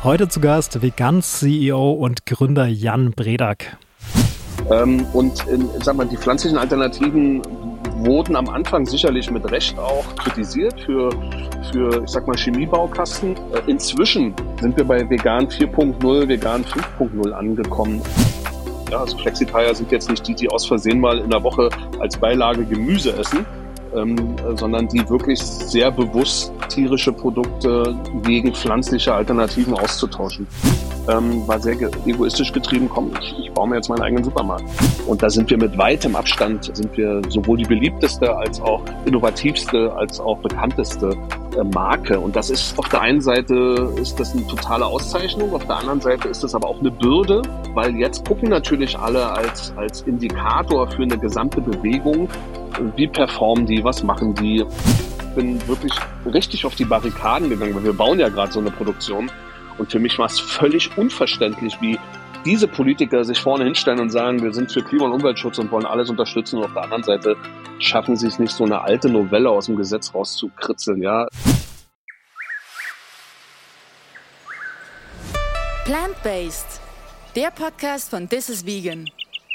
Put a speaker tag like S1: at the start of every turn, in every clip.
S1: Heute zu Gast Veganz-CEO und Gründer Jan Bredak.
S2: Die pflanzlichen Alternativen wurden am Anfang sicherlich mit Recht auch kritisiert für Chemiebaukasten. Inzwischen sind wir bei Vegan 4.0, Vegan 5.0 angekommen. Ja, also Flexitarier sind jetzt nicht die, die aus Versehen mal in der Woche als Beilage Gemüse essen, sondern die wirklich sehr bewusst tierische Produkte gegen pflanzliche Alternativen auszutauschen. War sehr egoistisch getrieben, ich baue mir jetzt meinen eigenen Supermarkt. Und da sind wir mit weitem Abstand, sowohl die beliebteste als auch innovativste, als auch bekannteste Marke. Und das ist auf der einen Seite ist das eine totale Auszeichnung, auf der anderen Seite ist das aber auch eine Bürde, weil jetzt gucken natürlich alle als Indikator für eine gesamte Bewegung, wie performen die, was machen die. Ich bin wirklich richtig auf die Barrikaden gegangen, weil wir bauen ja gerade so eine Produktion. Und für mich war es völlig unverständlich, wie diese Politiker sich vorne hinstellen und sagen, wir sind für Klima- und Umweltschutz und wollen alles unterstützen. Und auf der anderen Seite schaffen sie es nicht, so eine alte Novelle aus dem Gesetz rauszukritzeln. Ja.
S3: Plant-Based, der Podcast von This is Vegan.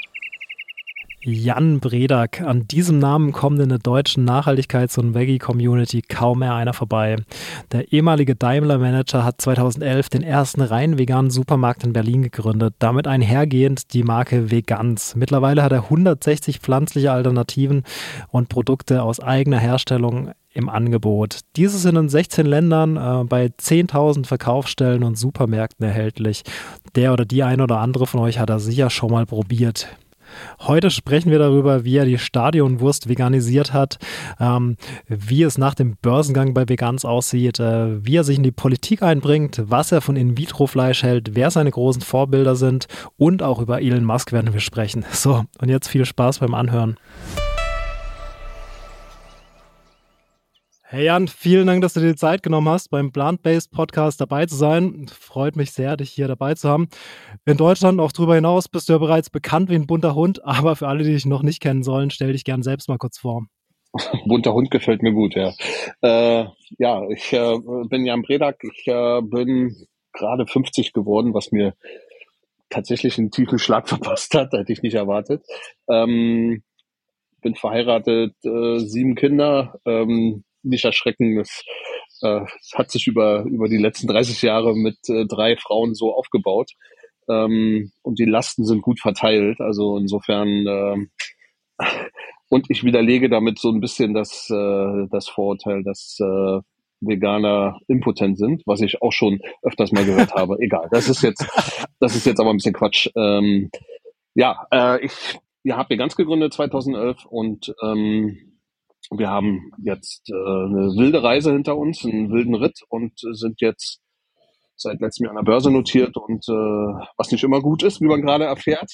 S1: Jan Bredak. An diesem Namen kommt in der deutschen Nachhaltigkeits- und Veggie-Community kaum mehr einer vorbei. Der ehemalige Daimler-Manager hat 2011 den ersten rein veganen Supermarkt in Berlin gegründet, damit einhergehend die Marke Veganz. Mittlerweile hat er 160 pflanzliche Alternativen und Produkte aus eigener Herstellung im Angebot. Diese sind in 16 Ländern bei 10.000 Verkaufsstellen und Supermärkten erhältlich. Der oder die ein oder andere von euch hat er sicher schon mal probiert. Heute sprechen wir darüber, wie er die Stadionwurst veganisiert hat, wie es nach dem Börsengang bei Veganz aussieht, wie er sich in die Politik einbringt, was er von In-vitro-Fleisch hält, wer seine großen Vorbilder sind und auch über Elon Musk werden wir sprechen. So, und jetzt viel Spaß beim Anhören. Hey Jan, vielen Dank, dass du dir die Zeit genommen hast, beim Plant-Based Podcast dabei zu sein. Freut mich sehr, dich hier dabei zu haben. In Deutschland, auch darüber hinaus, bist du ja bereits bekannt wie ein bunter Hund, aber für alle, die dich noch nicht kennen sollen, stell dich gern selbst mal kurz vor.
S2: Bunter Hund gefällt mir gut, ja. Ich bin Jan Bredak, ich bin gerade 50 geworden, was mir tatsächlich einen tiefen Schlag verpasst hat, hätte ich nicht erwartet. Bin verheiratet, 7 Kinder, nicht erschrecken, es hat sich über die letzten 30 Jahre mit 3 Frauen so aufgebaut, und die Lasten sind gut verteilt, also insofern und ich widerlege damit so ein bisschen das Vorurteil, dass Veganer impotent sind, was ich auch schon öfters mal gehört habe. Egal, das ist jetzt aber ein bisschen Quatsch. Ich habe Veganz gegründet 2011 und wir haben jetzt eine wilde Reise hinter uns, einen wilden Ritt und sind jetzt seit letztem Jahr an der Börse notiert und was nicht immer gut ist, wie man gerade erfährt,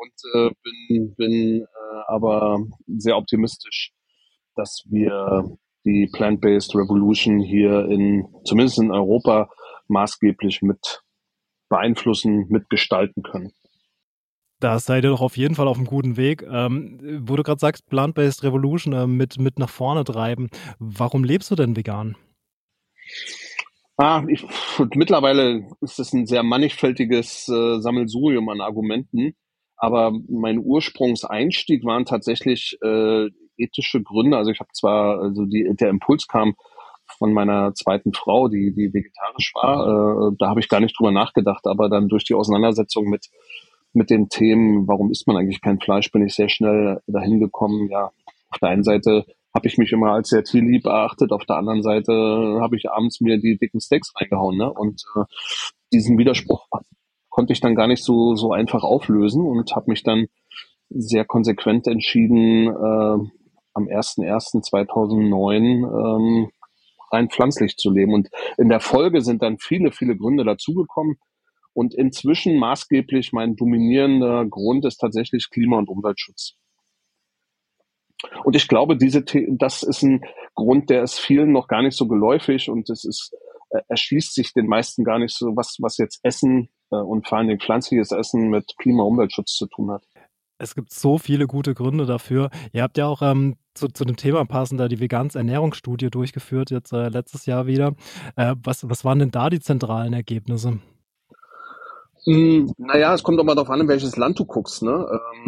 S2: bin aber sehr optimistisch, dass wir die Plant-Based Revolution hier zumindest in Europa maßgeblich mit beeinflussen, mitgestalten können.
S1: Da seid ihr doch auf jeden Fall auf einem guten Weg. Wo du gerade sagst, Plant-Based Revolution mit nach vorne treiben. Warum lebst du denn vegan?
S2: Mittlerweile ist es ein sehr mannigfältiges Sammelsurium an Argumenten. Aber mein Ursprungseinstieg waren tatsächlich ethische Gründe. Also ich habe der Impuls kam von meiner zweiten Frau, die vegetarisch war. Da habe ich gar nicht drüber nachgedacht. Aber dann durch die Auseinandersetzung mit den Themen, warum isst man eigentlich kein Fleisch, bin ich sehr schnell dahin gekommen. Ja, auf der einen Seite habe ich mich immer als sehr tierlieb erachtet, auf der anderen Seite habe ich abends mir die dicken Steaks reingehauen, ne? Und diesen Widerspruch konnte ich dann gar nicht so einfach auflösen und habe mich dann sehr konsequent entschieden, am 01.01.2009 rein pflanzlich zu leben. Und in der Folge sind dann viele, viele Gründe dazugekommen. Und inzwischen maßgeblich mein dominierender Grund ist tatsächlich Klima- und Umweltschutz. Und ich glaube, das ist ein Grund, der ist vielen noch gar nicht so geläufig und erschließt sich den meisten gar nicht so, was jetzt Essen und vor allem pflanzliches Essen mit Klima- und Umweltschutz zu tun hat.
S1: Es gibt so viele gute Gründe dafür. Ihr habt ja auch zu dem Thema passend die Veganz-Ernährungsstudie durchgeführt, jetzt letztes Jahr wieder. Was waren denn da die zentralen Ergebnisse?
S2: Naja, es kommt doch mal darauf an, in welches Land du guckst, ne?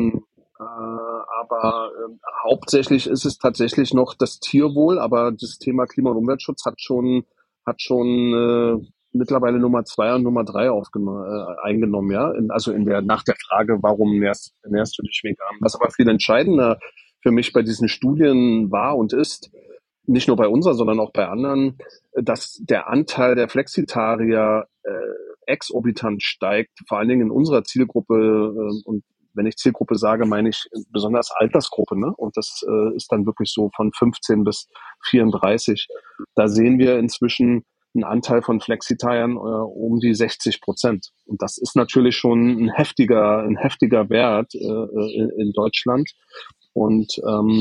S2: Aber hauptsächlich ist es tatsächlich noch das Tierwohl, aber das Thema Klima- und Umweltschutz hat schon mittlerweile Nummer 2 und Nummer 3 eingenommen, ja. Nach der Frage, warum ernährst du dich vegan? Was aber viel entscheidender für mich bei diesen Studien war und ist, nicht nur bei unserer, sondern auch bei anderen, dass der Anteil der Flexitarier exorbitant steigt, vor allen Dingen in unserer Zielgruppe. Und wenn ich Zielgruppe sage, meine ich besonders Altersgruppe. Ne? Und das ist dann wirklich so von 15 bis 34. Da sehen wir inzwischen einen Anteil von Flexitariern um die 60%. Und das ist natürlich schon ein heftiger Wert in Deutschland. Und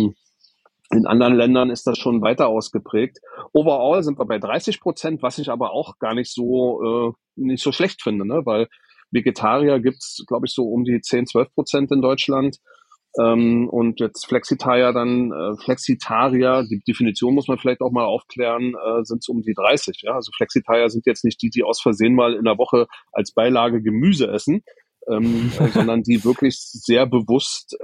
S2: in anderen Ländern ist das schon weiter ausgeprägt. Overall sind wir bei 30%, was ich aber auch gar nicht so schlecht finde, ne? Weil Vegetarier gibt's, glaube ich, so um die 10-12% in Deutschland. Und jetzt Flexitarier Flexitarier, die Definition muss man vielleicht auch mal aufklären, sind so um die 30. Ja? Also Flexitarier sind jetzt nicht die aus Versehen mal in der Woche als Beilage Gemüse essen, sondern die wirklich sehr bewusst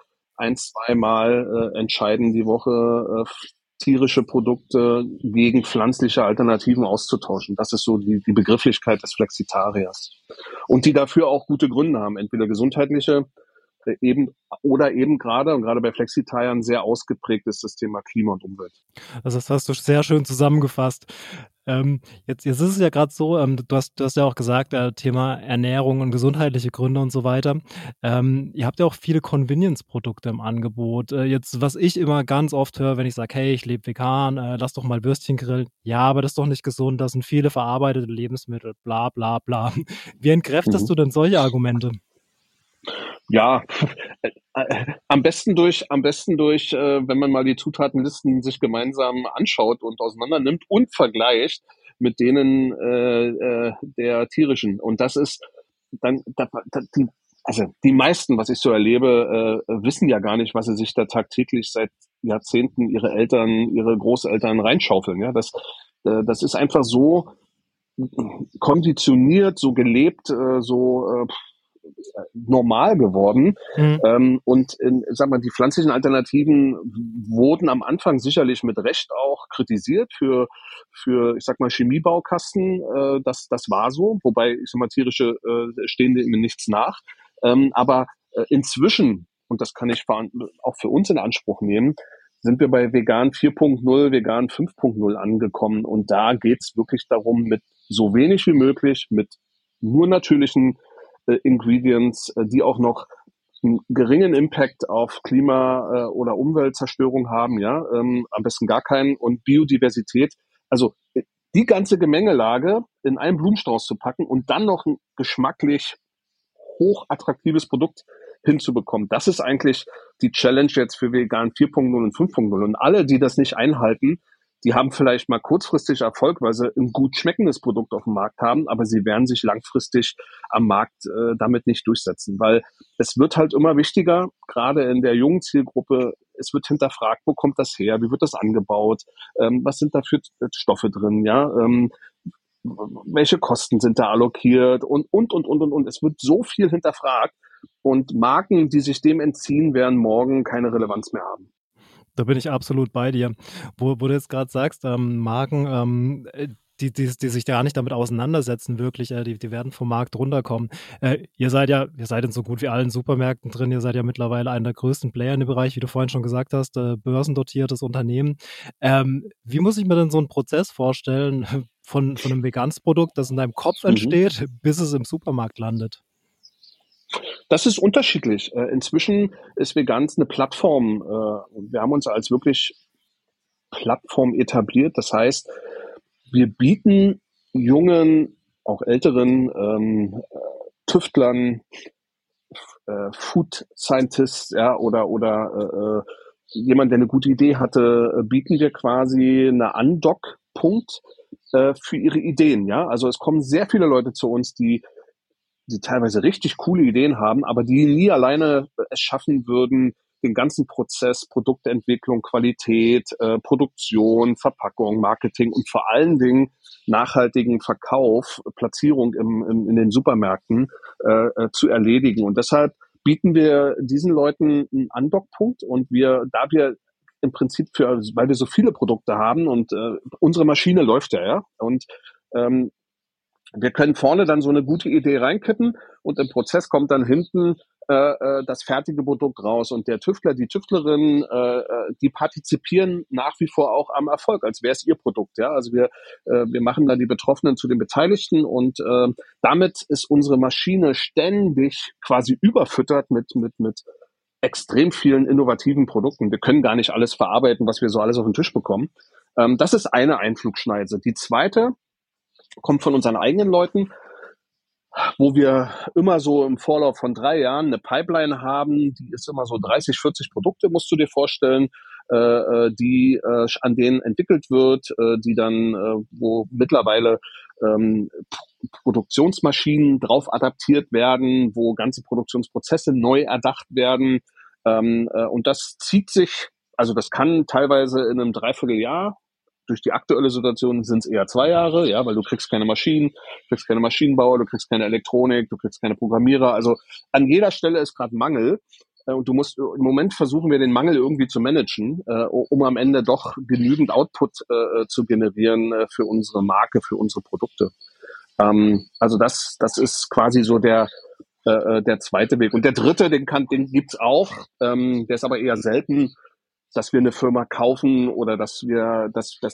S2: 1-2 Mal entscheiden die Woche tierische Produkte gegen pflanzliche Alternativen auszutauschen. Das ist so die Begrifflichkeit des Flexitariers. Und die dafür auch gute Gründe haben, entweder gesundheitliche eben gerade, und gerade bei Flexitariern sehr ausgeprägt ist das Thema Klima und Umwelt.
S1: Also das hast du sehr schön zusammengefasst. Jetzt ist es ja gerade so, du hast ja auch gesagt, Thema Ernährung und gesundheitliche Gründe und so weiter. Ihr habt ja auch viele Convenience-Produkte im Angebot. Jetzt, was ich immer ganz oft höre, wenn ich sage, hey, ich lebe vegan, lass doch mal Würstchen grillen. Ja, aber das ist doch nicht gesund, das sind viele verarbeitete Lebensmittel, bla bla bla. Wie entkräftest du denn solche Argumente?
S2: Ja, am besten durch, wenn man mal die Zutatenlisten sich gemeinsam anschaut und auseinander nimmt und vergleicht mit denen der tierischen. Und das ist dann, die meisten, was ich so erlebe, wissen ja gar nicht, was sie sich da tagtäglich seit Jahrzehnten ihre Großeltern reinschaufeln. Ja, das ist einfach so konditioniert, so gelebt, normal geworden. Die pflanzlichen Alternativen wurden am Anfang sicherlich mit Recht auch kritisiert für ich sag mal, Chemiebaukasten. Das war so, wobei, ich sag mal, tierische stehen dem nichts nach. Aber inzwischen, und das kann ich auch für uns in Anspruch nehmen, sind wir bei Vegan 4.0, Vegan 5.0 angekommen. Und da geht's wirklich darum, mit so wenig wie möglich, mit nur natürlichen Ingredients, die auch noch einen geringen Impact auf Klima- oder Umweltzerstörung haben, ja, am besten gar keinen, und Biodiversität. Also die ganze Gemengelage in einen Blumenstrauß zu packen und dann noch ein geschmacklich hochattraktives Produkt hinzubekommen. Das ist eigentlich die Challenge jetzt für Vegan 4.0 und 5.0. Und alle, die das nicht einhalten, die haben vielleicht mal kurzfristig Erfolg, weil sie ein gut schmeckendes Produkt auf dem Markt haben, aber sie werden sich langfristig am Markt damit nicht durchsetzen, weil es wird halt immer wichtiger, gerade in der jungen Zielgruppe, es wird hinterfragt, wo kommt das her, wie wird das angebaut, was sind da für Stoffe drin, ja, welche Kosten sind da allokiert und. Es wird so viel hinterfragt, und Marken, die sich dem entziehen, werden morgen keine Relevanz mehr haben.
S1: Da bin ich absolut bei dir. Wo du jetzt gerade sagst, Marken, die sich gar nicht damit auseinandersetzen, wirklich, die werden vom Markt runterkommen. Ihr seid in so gut wie allen Supermärkten drin, ihr seid ja mittlerweile einer der größten Player in dem Bereich, wie du vorhin schon gesagt hast, börsendotiertes Unternehmen. Wie muss ich mir denn so einen Prozess vorstellen von einem veganes Produkt, das in deinem Kopf entsteht, bis es im Supermarkt landet?
S2: Das ist unterschiedlich. Inzwischen ist Veganz eine Plattform. Wir haben uns als wirklich Plattform etabliert. Das heißt, wir bieten jungen, auch älteren Tüftlern, Food Scientists, ja, oder jemand, der eine gute Idee hatte, bieten wir quasi eine Andock-Punkt für ihre Ideen. Ja, also es kommen sehr viele Leute zu uns, die teilweise richtig coole Ideen haben, aber die nie alleine es schaffen würden, den ganzen Prozess, Produktentwicklung, Qualität, Produktion, Verpackung, Marketing und vor allen Dingen nachhaltigen Verkauf, Platzierung in den Supermärkten zu erledigen. Und deshalb bieten wir diesen Leuten einen Andockpunkt und da wir im Prinzip weil wir so viele Produkte haben und unsere Maschine läuft ja, und wir können vorne dann so eine gute Idee reinkippen und im Prozess kommt dann hinten das fertige Produkt raus und der Tüftler, die Tüftlerin, die partizipieren nach wie vor auch am Erfolg, als wäre es ihr Produkt. Ja, also wir machen dann die Betroffenen zu den Beteiligten und damit ist unsere Maschine ständig quasi überfüttert mit extrem vielen innovativen Produkten. Wir können gar nicht alles verarbeiten, was wir so alles auf den Tisch bekommen. Das ist eine Einflugschneise. Die zweite kommt von unseren eigenen Leuten, wo wir immer so im Vorlauf von 3 Jahren eine Pipeline haben, die ist immer so 30, 40 Produkte, musst du dir vorstellen, die an denen entwickelt wird, die dann, wo mittlerweile Produktionsmaschinen drauf adaptiert werden, wo ganze Produktionsprozesse neu erdacht werden. Und das zieht sich, also das kann teilweise in einem Dreivierteljahr. Durch die aktuelle Situation sind es eher 2 Jahre, ja, weil du kriegst keine Maschinen, du kriegst keine Maschinenbauer, du kriegst keine Elektronik, du kriegst keine Programmierer. Also an jeder Stelle ist gerade Mangel. Und im Moment versuchen wir den Mangel irgendwie zu managen, um am Ende doch genügend Output zu generieren für unsere Marke, für unsere Produkte. Also das ist quasi so der zweite Weg. Und der dritte, den gibt's auch, der ist aber eher selten, dass wir eine Firma kaufen oder dass eine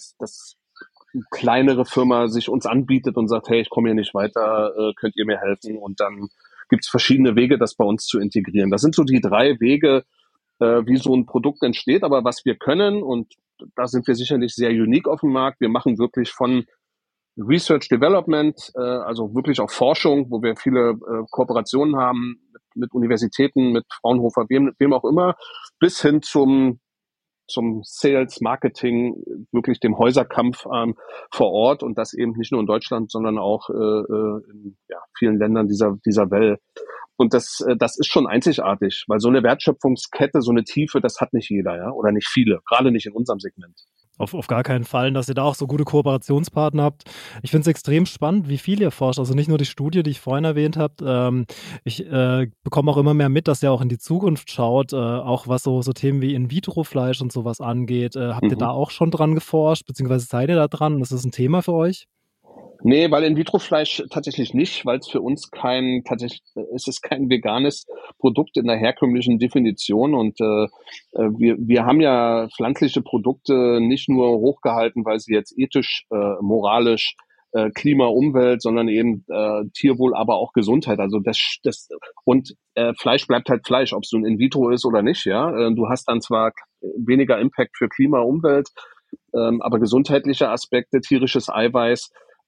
S2: kleinere Firma sich uns anbietet und sagt, hey, ich komme hier nicht weiter, könnt ihr mir helfen? Und dann gibt's verschiedene Wege, das bei uns zu integrieren. Das sind so die 3 Wege, wie so ein Produkt entsteht. Aber was wir können, und da sind wir sicherlich sehr unique auf dem Markt, wir machen wirklich von Research Development, also wirklich auch Forschung, wo wir viele Kooperationen haben mit Universitäten, mit Fraunhofer, wem auch immer, bis hin zum Sales, Marketing, wirklich dem Häuserkampf vor Ort und das eben nicht nur in Deutschland, sondern auch in vielen Ländern dieser Welt. Und das ist schon einzigartig, weil so eine Wertschöpfungskette, so eine Tiefe, das hat nicht jeder, ja, oder nicht viele, gerade nicht in unserem Segment.
S1: Auf gar keinen Fall, dass ihr da auch so gute Kooperationspartner habt. Ich finde es extrem spannend, wie viel ihr forscht. Also nicht nur die Studie, die ich vorhin erwähnt habe. Ich bekomme auch immer mehr mit, dass ihr auch in die Zukunft schaut, auch was so Themen wie In-vitro-Fleisch und sowas angeht. Habt ihr da auch schon dran geforscht, beziehungsweise seid ihr da dran? Ist das ein Thema für euch?
S2: Nee, weil In-vitro-Fleisch tatsächlich nicht, weil es für uns es ist kein veganes Produkt in der herkömmlichen Definition und wir haben ja pflanzliche Produkte nicht nur hochgehalten, weil sie jetzt ethisch, moralisch, Klima, Umwelt, sondern eben Tierwohl, aber auch Gesundheit. Also Fleisch bleibt halt Fleisch, ob es nun In-vitro ist oder nicht. Ja, du hast dann zwar weniger Impact für Klima, Umwelt, aber gesundheitliche Aspekte, tierisches Eiweiß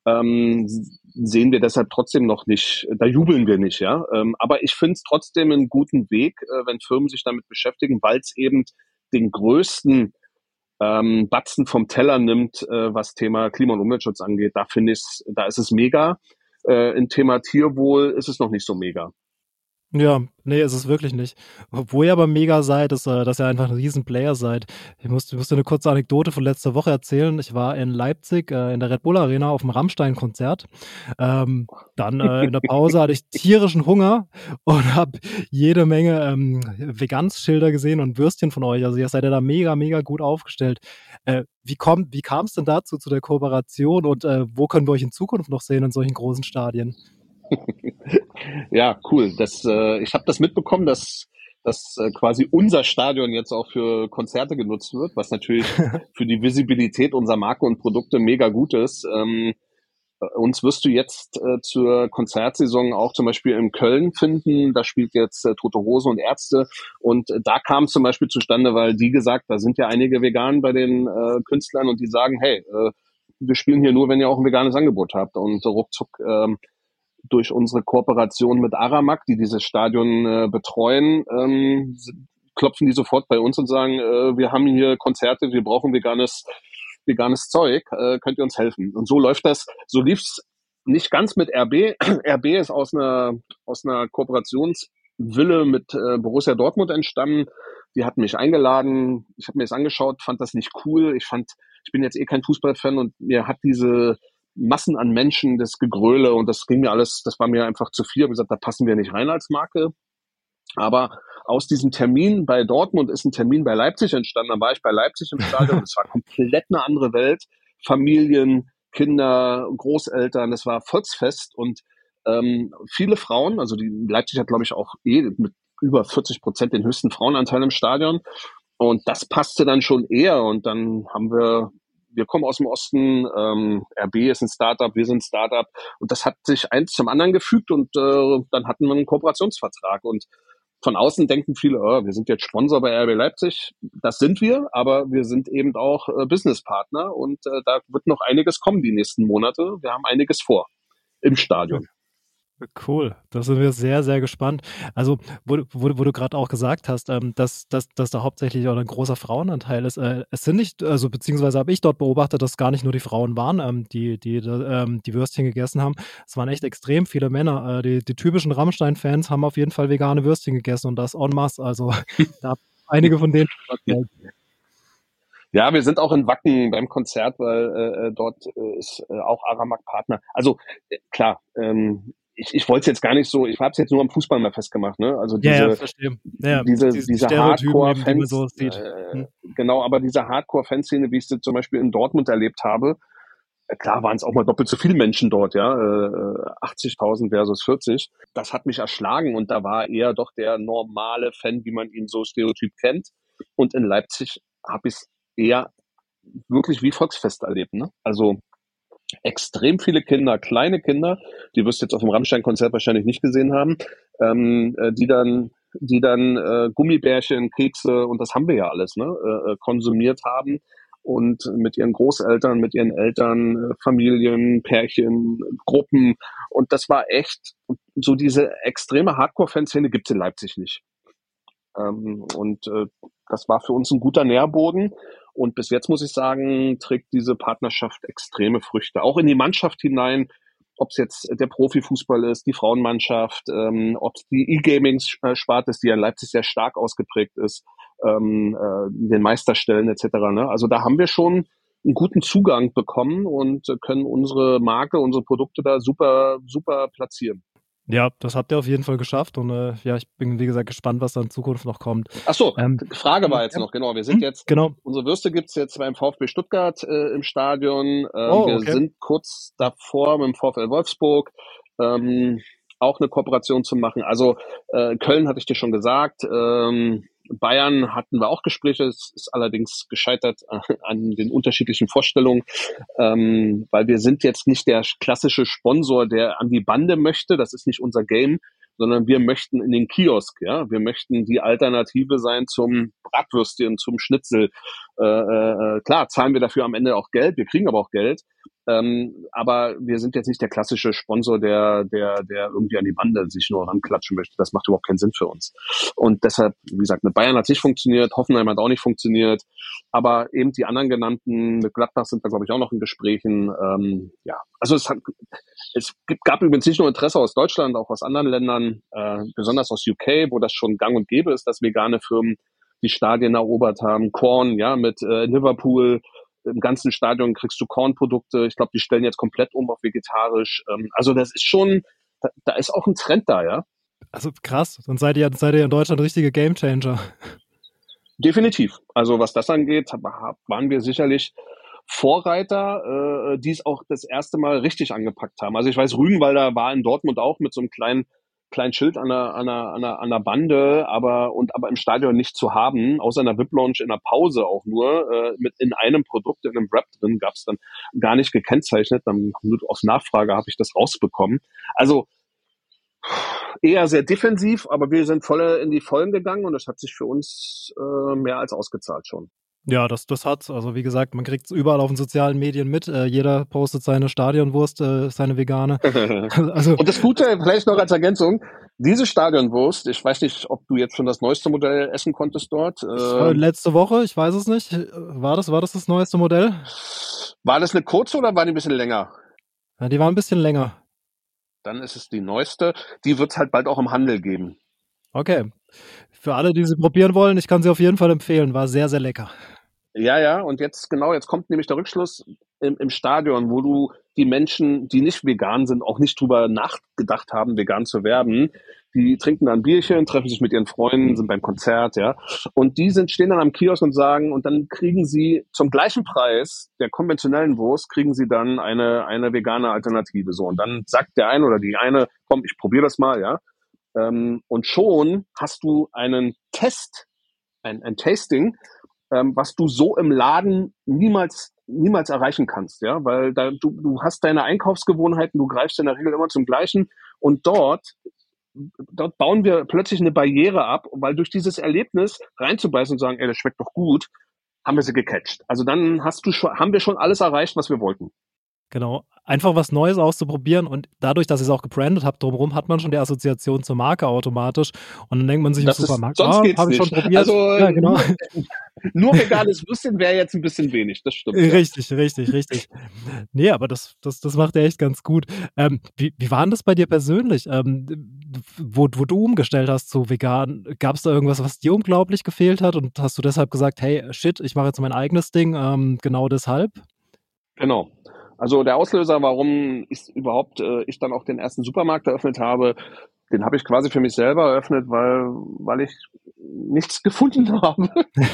S2: sehen wir deshalb trotzdem noch nicht, da jubeln wir nicht, ja. Aber ich finde es trotzdem einen guten Weg, wenn Firmen sich damit beschäftigen, weil es eben den größten Batzen vom Teller nimmt, was Thema Klima- und Umweltschutz angeht. Da ist es mega. Im Thema Tierwohl ist es noch nicht so mega.
S1: Ja, nee, ist es wirklich nicht. Wo ihr aber mega seid, ist, dass ihr einfach ein Riesenplayer seid. Ich musste eine kurze Anekdote von letzter Woche erzählen. Ich war in Leipzig in der Red Bull Arena auf dem Rammstein-Konzert. Dann in der Pause hatte ich tierischen Hunger und habe jede Menge Vegansschilder gesehen und Würstchen von euch. Also ihr seid ja da mega, mega gut aufgestellt. Wie kam es denn dazu, zu der Kooperation und wo können wir euch in Zukunft noch sehen in solchen großen Stadien?
S2: Ja, cool. Ich habe das mitbekommen, dass quasi unser Stadion jetzt auch für Konzerte genutzt wird, was natürlich für die Visibilität unserer Marke und Produkte mega gut ist. Uns wirst du jetzt zur Konzertsaison auch zum Beispiel in Köln finden. Da spielt jetzt Tote Hosen und Ärzte. Und da kam es zum Beispiel zustande, weil die gesagt, da sind ja einige Veganen bei den Künstlern und die sagen, hey, wir spielen hier nur, wenn ihr auch ein veganes Angebot habt. Und ruckzuck durch unsere Kooperation mit Aramak, die dieses Stadion betreuen, klopfen die sofort bei uns und sagen, wir haben hier Konzerte, wir brauchen veganes Zeug, könnt ihr uns helfen? Und so lief's nicht ganz mit RB. RB ist aus einer Kooperationswille mit Borussia Dortmund entstanden. Die hatten mich eingeladen, ich habe mir das angeschaut, fand das nicht cool. Ich bin jetzt kein Fußballfan und mir hat diese Massen an Menschen, das Gegröle und das ging mir alles, das war mir einfach zu viel. Ich habe gesagt, da passen wir nicht rein als Marke. Aber aus diesem Termin bei Dortmund ist ein Termin bei Leipzig entstanden. Dann war ich bei Leipzig im Stadion. Es war komplett eine andere Welt. Familien, Kinder, Großeltern. Das war Volksfest und viele Frauen. Also die Leipzig hat, glaube ich, auch mit über 40% den höchsten Frauenanteil im Stadion. Und das passte dann schon eher. Und dann haben wir kommen aus dem Osten, RB ist ein Startup, wir sind ein Startup. Und das hat sich eins zum anderen gefügt und dann hatten wir einen Kooperationsvertrag. Und von außen denken viele, wir sind jetzt Sponsor bei RB Leipzig. Das sind wir, aber wir sind eben auch Businesspartner und da wird noch einiges kommen die nächsten Monate. Wir haben einiges vor im Stadion.
S1: Cool, da sind wir sehr, sehr gespannt. Also, wo du gerade auch gesagt hast, dass da hauptsächlich auch ein großer Frauenanteil ist. Es sind nicht, also beziehungsweise habe ich dort beobachtet, dass gar nicht nur die Frauen waren, die Würstchen gegessen haben. Es waren echt extrem viele Männer. Die typischen Rammstein-Fans haben auf jeden Fall vegane Würstchen gegessen und das en masse. Also, da einige von denen.
S2: Ja, wir sind auch in Wacken beim Konzert, weil dort ist auch Aramak Partner. Also klar, ich wollte es jetzt gar nicht so, ich habe es jetzt nur am Fußball mal festgemacht, ne? Also
S1: verstehe. Ja,
S2: diese Hardcore-Fans,
S1: so sieht.
S2: Genau, aber diese Hardcore-Fanszene, wie ich sie zum Beispiel in Dortmund erlebt habe, klar waren es auch mal doppelt so viele Menschen dort, ja, 80.000 versus 40. Das hat mich erschlagen und da war eher doch der normale Fan, wie man ihn so stereotyp kennt. Und in Leipzig habe ich es eher wirklich wie Volksfest erlebt, ne? Also extrem viele Kinder, kleine Kinder, die wirst du jetzt auf dem Rammstein-Konzert wahrscheinlich nicht gesehen haben, die dann Gummibärchen, Kekse und das haben wir ja alles, ne, konsumiert haben und mit ihren Großeltern, mit ihren Eltern, Familien, Pärchen, Gruppen und das war echt, so diese extreme Hardcore-Fanszene gibt's in Leipzig nicht. Das war für uns ein guter Nährboden. Und bis jetzt muss ich sagen, trägt diese Partnerschaft extreme Früchte. Auch in die Mannschaft hinein, ob es jetzt der Profifußball ist, die Frauenmannschaft, ob es die E-Gaming-Sparte ist, die ja in Leipzig sehr stark ausgeprägt ist, den Meisterstellen etc. Ne? Also da haben wir schon einen guten Zugang bekommen und können unsere Marke, unsere Produkte da super, super platzieren.
S1: Ja, das habt ihr auf jeden Fall geschafft und ich bin, wie gesagt, gespannt, was da in Zukunft noch kommt.
S2: Ach so, Frage war jetzt noch, genau, wir sind jetzt, unsere Würste gibt's jetzt beim VfB Stuttgart im Stadion, wir sind kurz davor mit dem VfL Wolfsburg auch eine Kooperation zu machen, also Köln hatte ich dir schon gesagt, Bayern hatten wir auch Gespräche, es ist allerdings gescheitert an den unterschiedlichen Vorstellungen, weil wir sind jetzt nicht der klassische Sponsor, der an die Bande möchte, das ist nicht unser Game, sondern wir möchten in den Kiosk, ja, wir möchten die Alternative sein zum Bratwürstchen, zum Schnitzel. Klar, zahlen wir dafür am Ende auch Geld, wir kriegen aber auch Geld, aber wir sind jetzt nicht der klassische Sponsor, der irgendwie an die Bande sich nur ranklatschen möchte. Das macht überhaupt keinen Sinn für uns. Und deshalb, wie gesagt, mit Bayern hat es nicht funktioniert, Hoffenheim hat auch nicht funktioniert, aber eben die anderen genannten, mit Gladbach sind da, glaube ich, auch noch in Gesprächen. Also es gab übrigens nicht nur Interesse aus Deutschland, auch aus anderen Ländern, besonders aus UK, wo das schon gang und gäbe ist, dass vegane Firmen die Stadien erobert haben. Korn, ja, mit Liverpool, im ganzen Stadion kriegst du Kornprodukte. Ich glaube, die stellen jetzt komplett um auf vegetarisch. Also das ist schon, da ist auch ein Trend da, ja.
S1: Also krass, dann seid ihr in Deutschland richtige Gamechanger.
S2: Definitiv. Also was das angeht, waren wir sicherlich Vorreiter, die es auch das erste Mal richtig angepackt haben. Also ich weiß, Rügenwalder war in Dortmund auch mit so einem kleinen Schild an der Bande, aber im Stadion nicht zu haben, außer in der VIP-Lounge in der Pause auch nur, mit in einem Produkt, in einem Wrap drin, gab es dann gar nicht gekennzeichnet, dann nur auf Nachfrage habe ich das rausbekommen. Also eher sehr defensiv, aber wir sind voll in die Vollen gegangen und das hat sich für uns mehr als ausgezahlt schon.
S1: Ja, das hat's. Also wie gesagt, man kriegt es überall auf den sozialen Medien mit. Jeder postet seine Stadionwurst, seine vegane.
S2: Also, und das Gute, vielleicht noch als Ergänzung, diese Stadionwurst, ich weiß nicht, ob du jetzt schon das neueste Modell essen konntest dort.
S1: Letzte Woche, ich weiß es nicht. War das neueste Modell?
S2: War das eine kurze oder war die ein bisschen länger?
S1: Ja, die war ein bisschen länger.
S2: Dann ist es die neueste. Die wird es halt bald auch im Handel geben.
S1: Okay. Für alle, die sie probieren wollen, ich kann sie auf jeden Fall empfehlen. War sehr, sehr lecker.
S2: Ja, und jetzt kommt nämlich der Rückschluss im Stadion, wo du die Menschen, die nicht vegan sind, auch nicht drüber nachgedacht haben, vegan zu werden. Die trinken dann ein Bierchen, treffen sich mit ihren Freunden, sind beim Konzert, ja. Und stehen dann am Kiosk und dann kriegen sie zum gleichen Preis der konventionellen Wurst, kriegen sie dann eine vegane Alternative. So. Und dann sagt der eine oder die eine, komm, ich probiere das mal, ja. Und schon hast du einen Test, ein Tasting, was du so im Laden niemals erreichen kannst, ja, weil du hast deine Einkaufsgewohnheiten, du greifst in der Regel immer zum Gleichen und dort bauen wir plötzlich eine Barriere ab, weil durch dieses Erlebnis reinzubeißen und sagen, ey, das schmeckt doch gut, haben wir sie gecatcht. Also dann haben wir schon alles erreicht, was wir wollten.
S1: Genau, einfach was Neues auszuprobieren und dadurch, dass ich es auch gebrandet habe, drumherum hat man schon die Assoziation zur Marke automatisch und dann denkt man sich im Supermarkt, habe ich schon probiert.
S2: Also
S1: ja, genau.
S2: Nur veganes Würstchen wäre jetzt ein bisschen wenig, das stimmt.
S1: Richtig. Nee, aber das macht er echt ganz gut. Wie war denn das bei dir persönlich? Wo du umgestellt hast zu vegan, gab es da irgendwas, was dir unglaublich gefehlt hat und hast du deshalb gesagt, hey, shit, ich mache jetzt mein eigenes Ding, genau deshalb?
S2: Genau. Also der Auslöser, warum ich dann auch den ersten Supermarkt eröffnet habe, den habe ich quasi für mich selber eröffnet, weil ich nichts gefunden habe.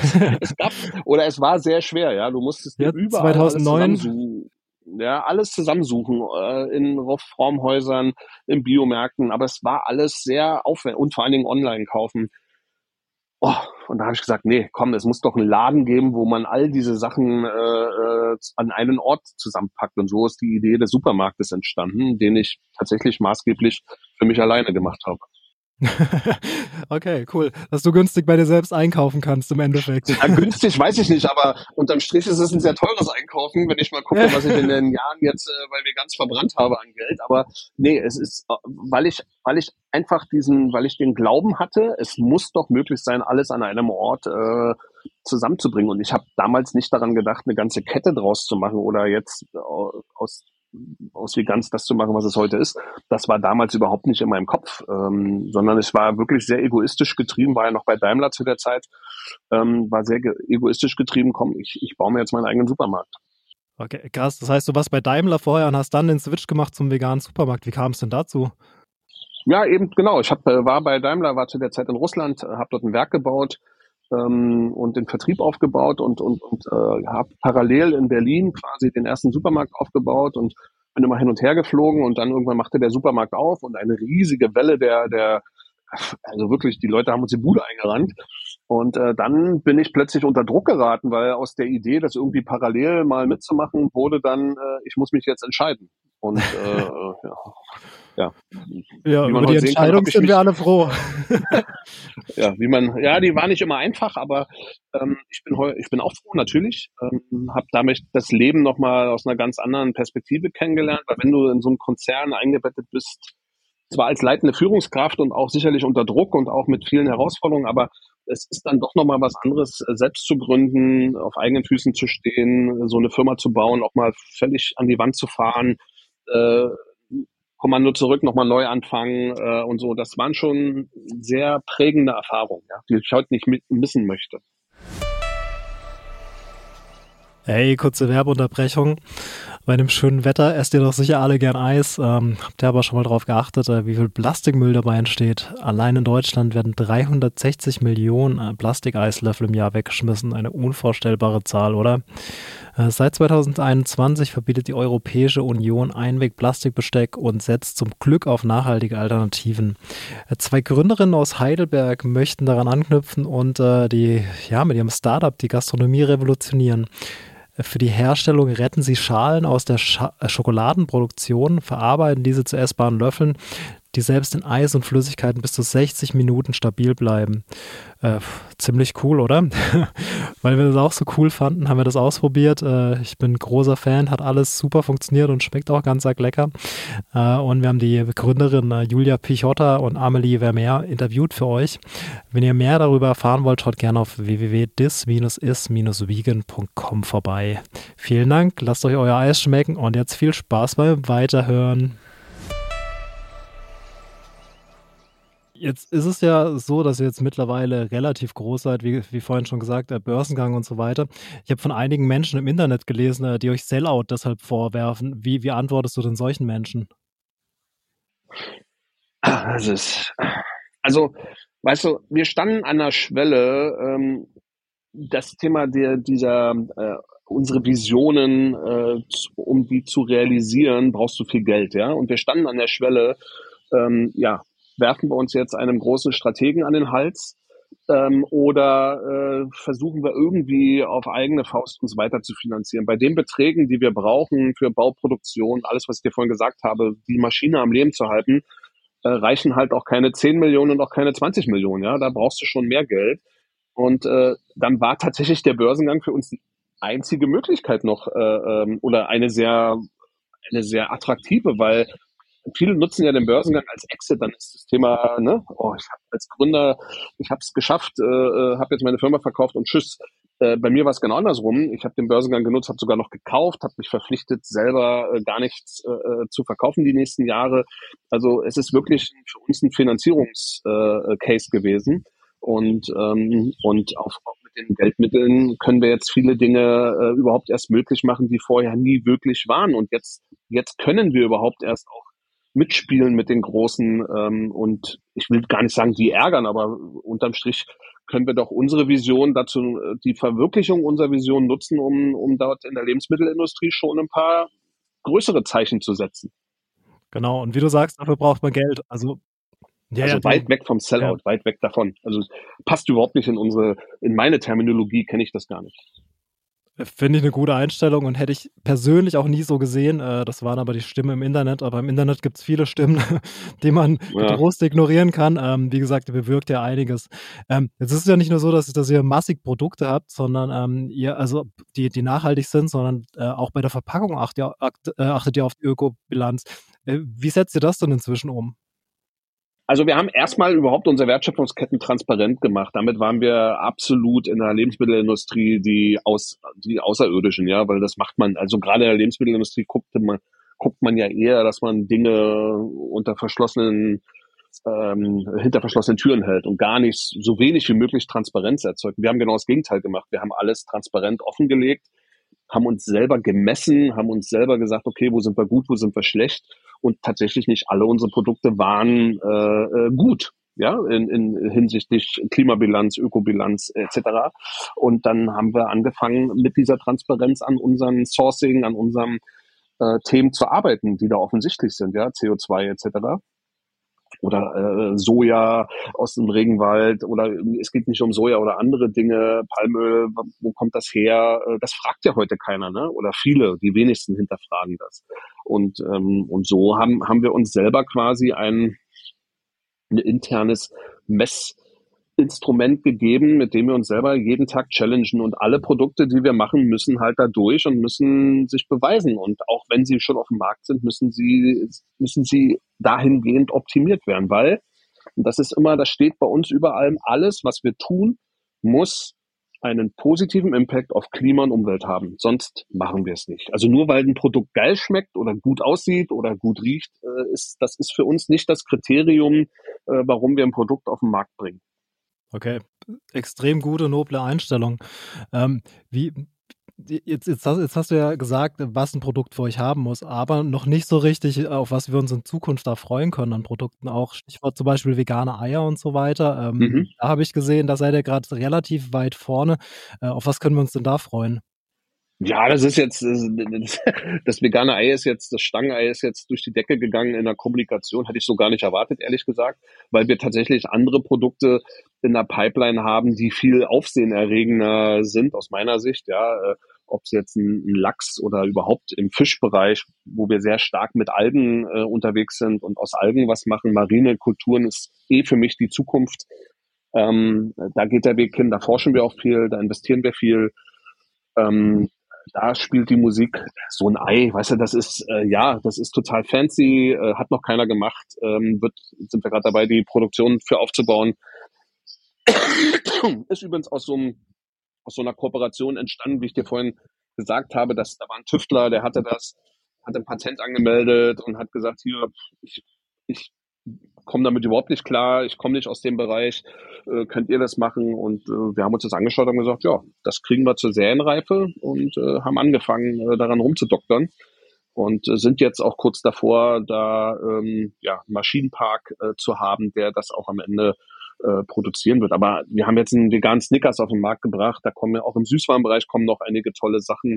S2: Es war sehr schwer, ja. Du musstest dir überall
S1: 2009
S2: alles zusammensuchen, in Reformhäusern, in Biomärkten, aber es war alles sehr aufwendig und vor allen Dingen online kaufen. Oh, und da habe ich gesagt, nee, komm, es muss doch einen Laden geben, wo man all diese Sachen an einen Ort zusammenpackt. Und so ist die Idee des Supermarktes entstanden, den ich tatsächlich maßgeblich für mich alleine gemacht habe.
S1: Okay, cool. Dass du günstig bei dir selbst einkaufen kannst im Endeffekt.
S2: Ja, günstig weiß ich nicht, aber unterm Strich ist es ein sehr teures Einkaufen, wenn ich mal gucke, was ich in den Jahren jetzt weil wir ganz verbrannt habe an Geld. Aber nee, es ist, weil ich den Glauben hatte, es muss doch möglich sein, alles an einem Ort zusammenzubringen. Und ich habe damals nicht daran gedacht, eine ganze Kette draus zu machen oder jetzt aus Veganz das zu machen, was es heute ist. Das war damals überhaupt nicht in meinem Kopf, sondern es war wirklich sehr egoistisch getrieben, war ja noch bei Daimler zu der Zeit, war sehr egoistisch getrieben, komm, ich baue mir jetzt meinen eigenen Supermarkt.
S1: Okay, krass. Das heißt, du warst bei Daimler vorher und hast dann den Switch gemacht zum veganen Supermarkt. Wie kam es denn dazu?
S2: Ja, eben, genau. Ich war bei Daimler, war zu der Zeit in Russland, habe dort ein Werk gebaut, und den Vertrieb aufgebaut und habe parallel in Berlin quasi den ersten Supermarkt aufgebaut und bin immer hin und her geflogen und dann irgendwann machte der Supermarkt auf und eine riesige Welle also wirklich, die Leute haben uns die Bude eingerannt und dann bin ich plötzlich unter Druck geraten, weil aus der Idee, das irgendwie parallel mal mitzumachen, wurde dann, ich muss mich jetzt entscheiden und ja,
S1: über die Entscheidung sind wir alle froh.
S2: Die war nicht immer einfach, aber ich bin auch froh, natürlich. Habe damit das Leben nochmal aus einer ganz anderen Perspektive kennengelernt, weil wenn du in so einem Konzern eingebettet bist, zwar als leitende Führungskraft und auch sicherlich unter Druck und auch mit vielen Herausforderungen, aber es ist dann doch nochmal was anderes, selbst zu gründen, auf eigenen Füßen zu stehen, so eine Firma zu bauen, auch mal völlig an die Wand zu fahren, Kommando zurück, nochmal neu anfangen und so. Das waren schon sehr prägende Erfahrungen, ja, die ich heute nicht missen möchte.
S1: Hey, kurze Werbeunterbrechung. Bei dem schönen Wetter esst ihr doch sicher alle gern Eis. Habt ihr aber schon mal drauf geachtet, wie viel Plastikmüll dabei entsteht? Allein in Deutschland werden 360 Millionen Plastikeislöffel im Jahr weggeschmissen. Eine unvorstellbare Zahl, oder? Seit 2021 verbietet die Europäische Union Einwegplastikbesteck und setzt zum Glück auf nachhaltige Alternativen. Zwei Gründerinnen aus Heidelberg möchten daran anknüpfen und mit ihrem Startup die Gastronomie revolutionieren. Für die Herstellung retten sie Schalen aus der Schokoladenproduktion, verarbeiten diese zu essbaren Löffeln, die selbst in Eis und Flüssigkeiten bis zu 60 Minuten stabil bleiben. Ziemlich cool, oder? Weil wir das auch so cool fanden, haben wir das ausprobiert. Ich bin ein großer Fan, hat alles super funktioniert und schmeckt auch ganz lecker. Und wir haben die Gründerin Julia Pichotta und Amelie Vermeer interviewt für euch. Wenn ihr mehr darüber erfahren wollt, schaut gerne auf www.dis-is-vegan.com vorbei. Vielen Dank, lasst euch euer Eis schmecken und jetzt viel Spaß beim Weiterhören. Jetzt ist es ja so, dass ihr jetzt mittlerweile relativ groß seid, wie vorhin schon gesagt, Börsengang und so weiter. Ich habe von einigen Menschen im Internet gelesen, die euch Sellout deshalb vorwerfen. Wie antwortest du denn solchen Menschen?
S2: Das ist, also, weißt du, wir standen an der Schwelle, das Thema unsere Visionen, um die zu realisieren, brauchst du viel Geld, ja. Und wir standen an der Schwelle, ja, werfen wir uns jetzt einem großen Strategen an den Hals, oder versuchen wir irgendwie auf eigene Faust uns weiter zu finanzieren. Bei den Beträgen, die wir brauchen für Bauproduktion, alles, was ich dir vorhin gesagt habe, die Maschine am Leben zu halten, reichen halt auch keine 10 Millionen und auch keine 20 Millionen. Ja, da brauchst du schon mehr Geld. Und dann war tatsächlich der Börsengang für uns die einzige Möglichkeit noch oder eine sehr attraktive, weil viele nutzen ja den Börsengang als Exit. Dann ist das Thema, ne, oh, ich habe als Gründer, ich habe es geschafft, habe jetzt meine Firma verkauft und tschüss. Bei mir war es genau andersrum. Ich habe den Börsengang genutzt, habe sogar noch gekauft, habe mich verpflichtet, selber gar nichts zu verkaufen die nächsten Jahre. Also es ist wirklich für uns ein Finanzierungscase gewesen. Und auch mit den Geldmitteln können wir jetzt viele Dinge überhaupt erst möglich machen, die vorher nie wirklich waren. Und jetzt können wir überhaupt erst auch mitspielen mit den Großen. Und ich will gar nicht sagen, die ärgern, aber unterm Strich können wir doch unsere Vision dazu, die Verwirklichung unserer Vision nutzen, um dort in der Lebensmittelindustrie schon ein paar größere Zeichen zu setzen.
S1: Genau, und wie du sagst, dafür braucht man Geld. Also,
S2: Also weit weg vom
S1: ja.
S2: Sellout, weit weg davon. Also passt überhaupt nicht in meine Terminologie, kenne ich das gar nicht.
S1: Finde ich eine gute Einstellung und hätte ich persönlich auch nie so gesehen. Das waren aber die Stimmen im Internet, aber im Internet gibt es viele Stimmen, die man
S2: Ja.
S1: getrost ignorieren kann. Wie gesagt, ihr bewirkt ja einiges. Jetzt ist es ja nicht nur so, dass ihr massig Produkte habt, sondern ihr also die nachhaltig sind, sondern auch bei der Verpackung achtet ihr auf die Ökobilanz. Wie setzt ihr das denn inzwischen um?
S2: Also wir haben erstmal überhaupt unsere Wertschöpfungsketten transparent gemacht. Damit waren wir absolut in der Lebensmittelindustrie die Außerirdischen, ja, weil das macht man, also gerade in der Lebensmittelindustrie guckt man ja eher, dass man Dinge hinter verschlossenen Türen hält und gar nicht so wenig wie möglich Transparenz erzeugt. Wir haben genau das Gegenteil gemacht. Wir haben alles transparent offengelegt, haben uns selber gemessen, haben uns selber gesagt, okay, wo sind wir gut, wo sind wir schlecht? Und tatsächlich nicht alle unsere Produkte waren gut, ja, in hinsichtlich Klimabilanz, Ökobilanz etc. Und dann haben wir angefangen, mit dieser Transparenz an unseren Sourcing, an unseren Themen zu arbeiten, die da offensichtlich sind, ja, CO2 etc. Oder Soja aus dem Regenwald, oder es geht nicht um Soja oder andere Dinge, Palmöl, wo kommt das her? Das fragt ja heute keiner, ne? Oder viele, die wenigsten hinterfragen das. Und so haben wir uns selber quasi ein internes Messinstrument gegeben, mit dem wir uns selber jeden Tag challengen, und alle Produkte, die wir machen, müssen halt da durch und müssen sich beweisen, und auch wenn sie schon auf dem Markt sind, müssen sie dahingehend optimiert werden, weil, und das steht bei uns über allem, alles, was wir tun, muss einen positiven Impact auf Klima und Umwelt haben. Sonst machen wir es nicht. Also nur weil ein Produkt geil schmeckt oder gut aussieht oder gut riecht, das ist für uns nicht das Kriterium, warum wir ein Produkt auf den Markt bringen.
S1: Okay, extrem gute, noble Einstellung. Wie jetzt hast du ja gesagt, was ein Produkt für euch haben muss, aber noch nicht so richtig, auf was wir uns in Zukunft da freuen können an Produkten. Auch Stichwort zum Beispiel vegane Eier und so weiter.
S2: Mhm.
S1: Da habe ich gesehen, da seid ihr gerade relativ weit vorne. Auf was können wir uns denn da freuen?
S2: Ja, das vegane Ei ist jetzt, das Stangenei ist jetzt durch die Decke gegangen in der Kommunikation, hätte ich so gar nicht erwartet, ehrlich gesagt, weil wir tatsächlich andere Produkte in der Pipeline haben, die viel aufsehenerregender sind, aus meiner Sicht, ja, ob es jetzt ein Lachs oder überhaupt im Fischbereich, wo wir sehr stark mit Algen unterwegs sind und aus Algen was machen. Marine Kulturen ist für mich die Zukunft. Da geht der Weg hin, da forschen wir auch viel, da investieren wir viel. Da spielt die Musik, so ein Ei, weißt du, das ist total fancy, hat noch keiner gemacht, sind wir gerade dabei, die Produktion für aufzubauen. Ist übrigens aus so einer Kooperation entstanden, wie ich dir vorhin gesagt habe, dass da war ein Tüftler, der hat ein Patent angemeldet und hat gesagt, hier, ich komme damit überhaupt nicht klar, ich komme nicht aus dem Bereich, könnt ihr das machen? Und wir haben uns das angeschaut und gesagt, ja, das kriegen wir zur Serienreife und haben angefangen, daran rumzudoktern. Und sind jetzt auch kurz davor, da einen Maschinenpark zu haben, der das auch am Ende produzieren wird. Aber wir haben jetzt einen veganen Snickers auf den Markt gebracht. Da kommen ja auch im Süßwarenbereich kommen noch einige tolle Sachen.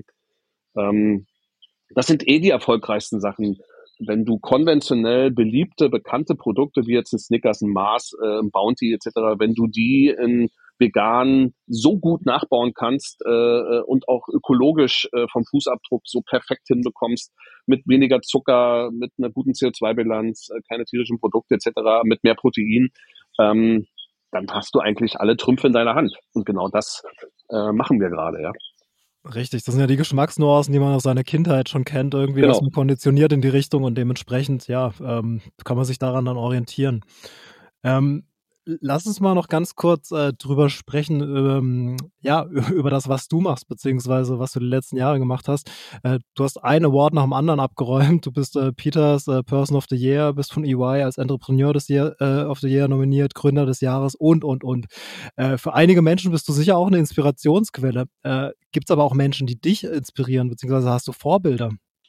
S2: Das sind die erfolgreichsten Sachen. Wenn du konventionell beliebte, bekannte Produkte wie jetzt ein Snickers, ein Mars, ein Bounty etc., wenn du die in vegan so gut nachbauen kannst und auch ökologisch vom Fußabdruck so perfekt hinbekommst, mit weniger Zucker, mit einer guten CO2-Bilanz, keine tierischen Produkte etc., mit mehr Protein, dann hast du eigentlich alle Trümpfe in deiner Hand. Und genau das machen wir gerade, ja.
S1: Richtig, das sind ja die Geschmacksnuancen, die man aus seiner Kindheit schon kennt, irgendwie,
S2: Genau.
S1: dass man konditioniert in die Richtung und dementsprechend, kann man sich daran dann orientieren. Lass uns mal noch ganz kurz drüber sprechen, über das, was du machst, beziehungsweise was du die letzten Jahre gemacht hast. Du hast einen Award nach dem anderen abgeräumt. Du bist Peters Person of the Year, bist von EY als Entrepreneur des Year, of the Year nominiert, Gründer des Jahres und. Für einige Menschen bist du sicher auch eine Inspirationsquelle. Gibt es aber auch Menschen, die dich inspirieren, beziehungsweise hast du Vorbilder?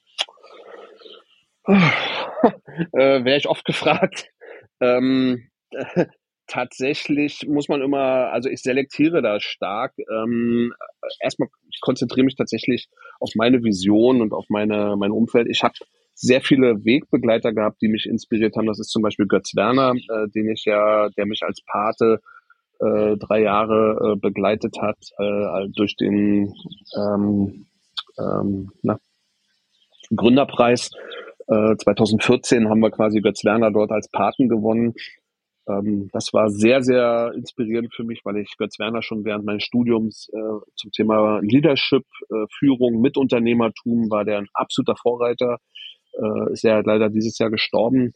S2: Wäre ich oft gefragt. Tatsächlich muss man immer, also ich selektiere da stark. Erstmal, ich konzentriere mich tatsächlich auf meine Vision und auf mein Umfeld. Ich habe sehr viele Wegbegleiter gehabt, die mich inspiriert haben. Das ist zum Beispiel Götz Werner, der mich als Pate 3 Jahre begleitet hat, durch den Gründerpreis. 2014 haben wir quasi Götz Werner dort als Paten gewonnen. Das war sehr, sehr inspirierend für mich, weil ich Götz Werner schon während meines Studiums zum Thema Leadership, Führung, Mitunternehmertum war der ein absoluter Vorreiter. Ist ja leider dieses Jahr gestorben.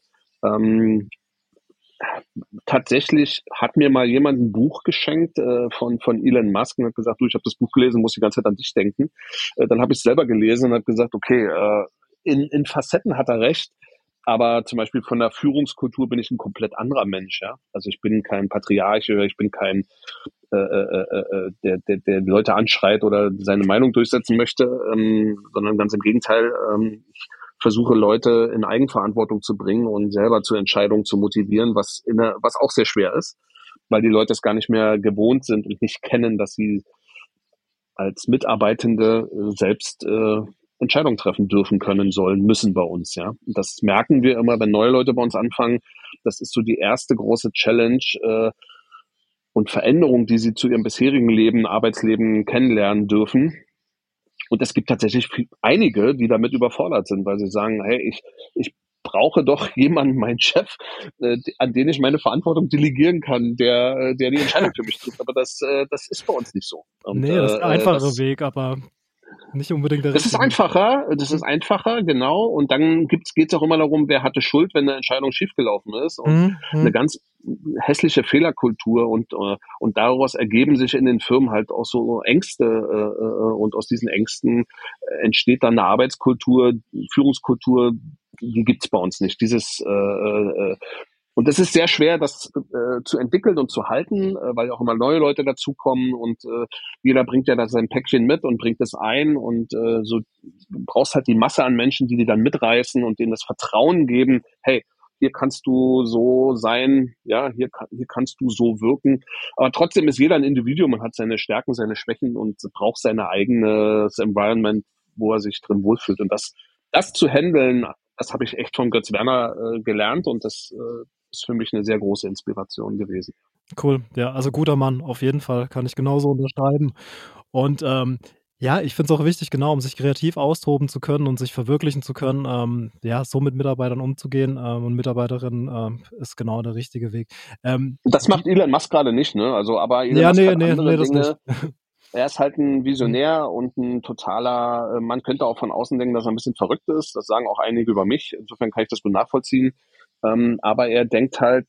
S2: Tatsächlich hat mir mal jemand ein Buch geschenkt von Elon Musk und hat gesagt, du, ich habe das Buch gelesen, muss die ganze Zeit an dich denken. Dann habe ich es selber gelesen und habe gesagt, okay, in Facetten hat er recht. Aber zum Beispiel von der Führungskultur bin ich ein komplett anderer Mensch, ja. Also ich bin kein Patriarch oder ich bin kein, der Leute anschreit oder seine Meinung durchsetzen möchte, sondern ganz im Gegenteil. Ich versuche Leute in Eigenverantwortung zu bringen und selber zur Entscheidung zu motivieren, was auch sehr schwer ist, weil die Leute es gar nicht mehr gewohnt sind und nicht kennen, dass sie als Mitarbeitende selbst Entscheidungen treffen dürfen, können, sollen, müssen bei uns, ja. Und das merken wir immer, wenn neue Leute bei uns anfangen. Das ist so die erste große Challenge und Veränderung, die sie zu ihrem bisherigen Leben, Arbeitsleben kennenlernen dürfen. Und es gibt tatsächlich einige, die damit überfordert sind, weil sie sagen, hey, ich brauche doch jemanden, meinen Chef, an den ich meine Verantwortung delegieren kann, der die Entscheidung für mich trifft. Aber das ist bei uns nicht so. Und,
S1: nee, das ist der einfachere Weg, aber nicht unbedingt der richtige.
S2: Das ist einfacher, genau. Und dann geht's auch immer darum, wer hatte Schuld, wenn eine Entscheidung schiefgelaufen ist. Und eine ganz hässliche Fehlerkultur und daraus ergeben sich in den Firmen halt auch so Ängste und aus diesen Ängsten entsteht dann eine Arbeitskultur, Führungskultur, die gibt's bei uns nicht. Und das ist sehr schwer, das zu entwickeln und zu halten, weil auch immer neue Leute dazukommen und jeder bringt ja da sein Päckchen mit und bringt es ein und so du brauchst halt die Masse an Menschen, die dann mitreißen und denen das Vertrauen geben, hey, hier kannst du so sein, ja, hier kannst du so wirken. Aber trotzdem ist jeder ein Individuum und hat seine Stärken, seine Schwächen und braucht sein eigenes Environment, wo er sich drin wohlfühlt. Und das zu handeln, das habe ich echt von Götz Werner gelernt und das ist für mich eine sehr große Inspiration gewesen.
S1: Cool, ja, also guter Mann, auf jeden Fall, kann ich genauso unterschreiben. Und ich finde es auch wichtig, genau, um sich kreativ austoben zu können und sich verwirklichen zu können, so mit Mitarbeitern umzugehen und Mitarbeiterinnen ist genau der richtige Weg.
S2: Das macht Elon Musk gerade nicht, ne? Also, aber Elon Musk hat andere Dinge. Er ist halt ein Visionär und ein totaler, man könnte auch von außen denken, dass er ein bisschen verrückt ist. Das sagen auch einige über mich. Insofern kann ich das gut nachvollziehen. Aber er denkt halt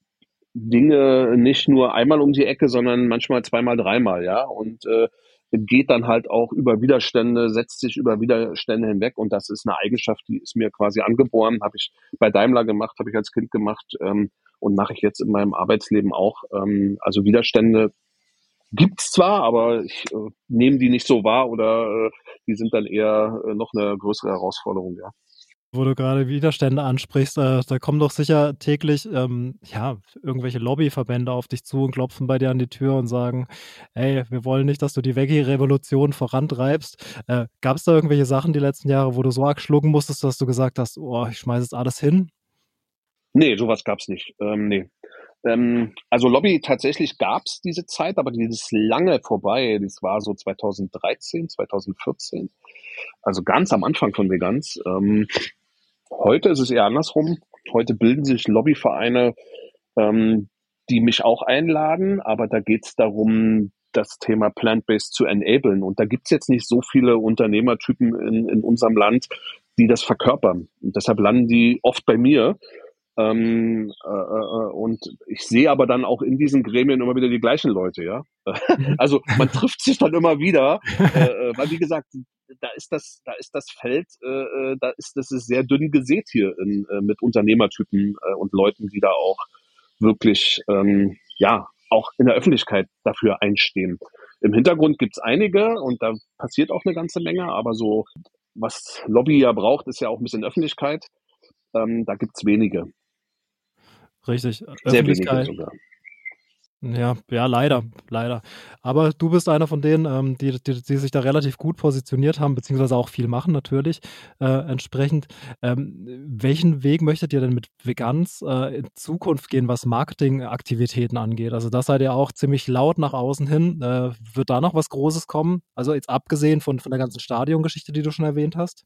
S2: Dinge nicht nur einmal um die Ecke, sondern manchmal zweimal, dreimal, ja. Und geht dann halt auch über Widerstände, setzt sich über Widerstände hinweg. Und das ist eine Eigenschaft, die ist mir quasi angeboren. Habe ich bei Daimler gemacht, habe ich als Kind gemacht. und mache ich jetzt in meinem Arbeitsleben auch. Also Widerstände gibt's zwar, aber ich nehme die nicht so wahr oder die sind dann eher noch eine größere Herausforderung, ja.
S1: Wo du gerade Widerstände ansprichst, da kommen doch sicher täglich, irgendwelche Lobbyverbände auf dich zu und klopfen bei dir an die Tür und sagen: „Ey, wir wollen nicht, dass du die Veggie-Revolution vorantreibst.“ Gab's da irgendwelche Sachen die letzten Jahre, wo du so arg schlucken musstest, dass du gesagt hast: „Oh, ich schmeiße jetzt alles hin?“
S2: Nee, sowas gab's nicht. Nee. Also Lobby tatsächlich gab's diese Zeit, aber die ist lange vorbei. Das war so 2013, 2014, also ganz am Anfang von Veganz. Heute ist es eher andersrum. Heute bilden sich Lobbyvereine, die mich auch einladen, aber da geht's darum, das Thema Plant-Based zu enablen. Und da gibt's jetzt nicht so viele Unternehmertypen in unserem Land, die das verkörpern. Und deshalb landen die oft bei mir. Und ich sehe aber dann auch in diesen Gremien immer wieder die gleichen Leute, ja.
S1: Mhm.
S2: Also man trifft sich dann immer wieder, weil wie gesagt, da ist das Feld, das ist sehr dünn gesät hier mit Unternehmertypen und Leuten, die da auch wirklich ja auch in der Öffentlichkeit dafür einstehen. Im Hintergrund gibt's einige und da passiert auch eine ganze Menge, aber so was Lobby ja braucht, ist ja auch ein bisschen Öffentlichkeit. Da gibt's wenige.
S1: Richtig,
S2: Sehr wenige
S1: Öffentlichkeit.
S2: sogar.
S1: Ja, leider. Aber du bist einer von denen, die sich da relativ gut positioniert haben, beziehungsweise auch viel machen natürlich, entsprechend. Welchen Weg möchtet ihr denn mit Veganz, in Zukunft gehen, was Marketingaktivitäten angeht? Also, das seid ihr auch ziemlich laut nach außen hin. Wird da noch was Großes kommen? Also, jetzt abgesehen von der ganzen Stadiongeschichte, die du schon erwähnt hast?